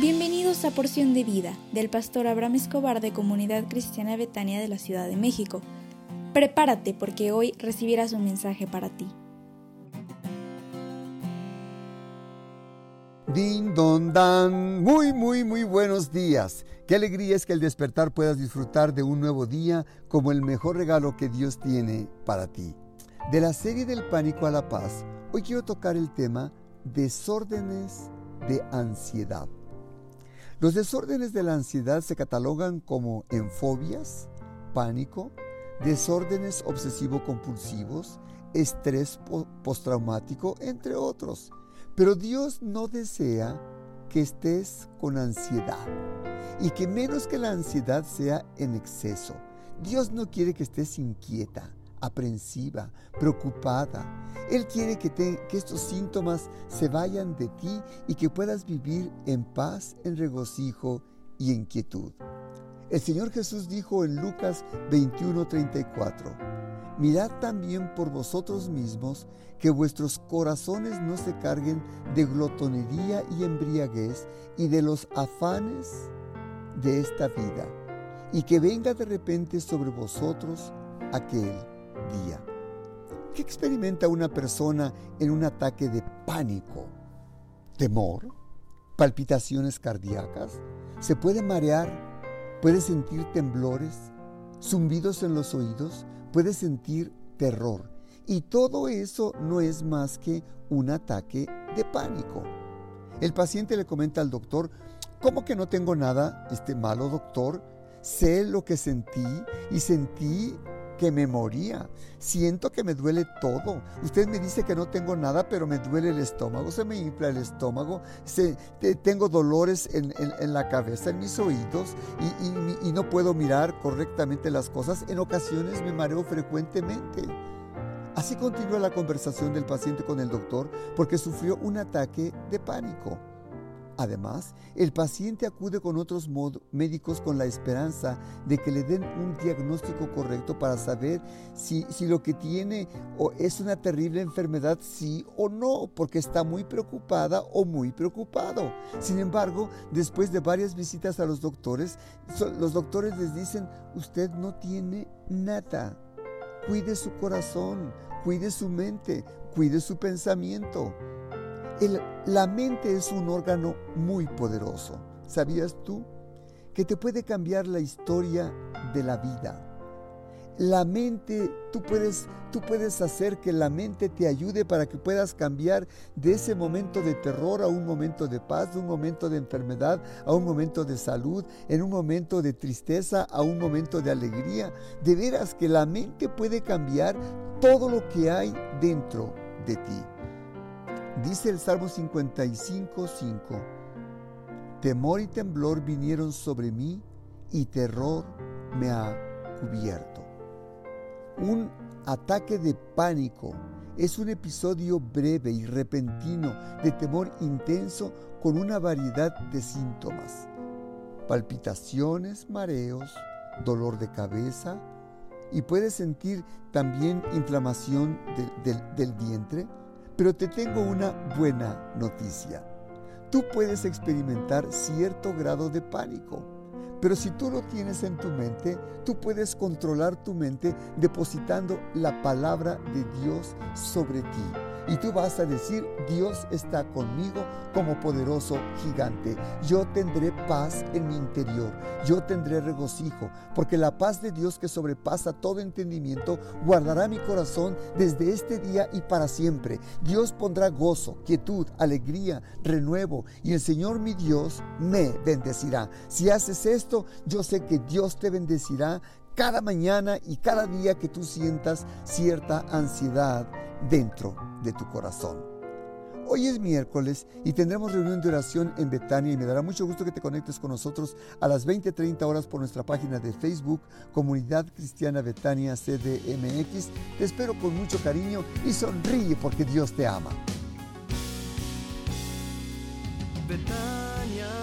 Bienvenidos a Porción de Vida, del pastor Abraham Escobar de Comunidad Cristiana Betania de la Ciudad de México. Prepárate porque hoy recibirás un mensaje para ti. Din don dan, muy buenos días. Qué alegría es que al despertar puedas disfrutar de un nuevo día como el mejor regalo que Dios tiene para ti. De la serie del pánico a la paz, hoy quiero tocar el tema desórdenes de ansiedad. Los desórdenes de la ansiedad se catalogan como en fobias, pánico, desórdenes obsesivo-compulsivos, estrés postraumático, entre otros. Pero Dios no desea que estés con ansiedad y que menos que la ansiedad sea en exceso. Dios no quiere que estés inquieta, aprensiva, preocupada. Él quiere que estos síntomas se vayan de ti y que puedas vivir en paz, en regocijo y en quietud. El Señor Jesús dijo en Lucas 21:34, mirad también por vosotros mismos que vuestros corazones no se carguen de glotonería y embriaguez y de los afanes de esta vida, y que venga de repente sobre vosotros aquel día. ¿Qué experimenta una persona en un ataque de pánico? Temor, palpitaciones cardíacas, se puede marear, puede sentir temblores, zumbidos en los oídos, puede sentir terror. Y todo eso no es más que un ataque de pánico. El paciente le comenta al doctor, ¿cómo que no tengo nada malo, doctor? Sé lo que sentí y sentí que me moría. Siento que me duele todo. Usted me dice que no tengo nada, pero me duele el estómago, se me infla el estómago, tengo dolores en la cabeza, en mis oídos y no puedo mirar correctamente las cosas. En ocasiones me mareo frecuentemente. Así continúa la conversación del paciente con el doctor porque sufrió un ataque de pánico. Además, el paciente acude con otros médicos con la esperanza de que le den un diagnóstico correcto para saber si lo que tiene es una terrible enfermedad, sí o no, porque está muy preocupada o muy preocupado. Sin embargo, después de varias visitas a los doctores les dicen, usted no tiene nada. Cuide su corazón, cuide su mente, cuide su pensamiento. La mente es un órgano muy poderoso. ¿Sabías tú que te puede cambiar la historia de la vida? La mente, tú puedes hacer que la mente te ayude para que puedas cambiar de ese momento de terror a un momento de paz, de un momento de enfermedad a un momento de salud, en un momento de tristeza a un momento de alegría. De veras que la mente puede cambiar todo lo que hay dentro de ti. Dice el Salmo 55:5, temor y temblor vinieron sobre mí y terror me ha cubierto. Un ataque de pánico es un episodio breve y repentino de temor intenso con una variedad de síntomas: palpitaciones, mareos, dolor de cabeza, y puedes sentir también inflamación del vientre. Pero te tengo una buena noticia. Tú puedes experimentar cierto grado de pánico, pero si tú lo tienes en tu mente, tú puedes controlar tu mente depositando la palabra de Dios sobre ti. Y tú vas a decir, Dios está conmigo como poderoso gigante. Yo tendré paz en mi interior. Yo tendré regocijo, porque la paz de Dios que sobrepasa todo entendimiento guardará mi corazón desde este día y para siempre. Dios pondrá gozo, quietud, alegría, renuevo, y el Señor mi Dios me bendecirá. Si haces esto, yo sé que Dios te bendecirá cada mañana y cada día que tú sientas cierta ansiedad dentro de tu corazón. Hoy es miércoles y tendremos reunión de oración en Betania y me dará mucho gusto que te conectes con nosotros a las 20:30 horas por nuestra página de Facebook, Comunidad Cristiana Betania CDMX. Te espero con mucho cariño y sonríe porque Dios te ama. Betania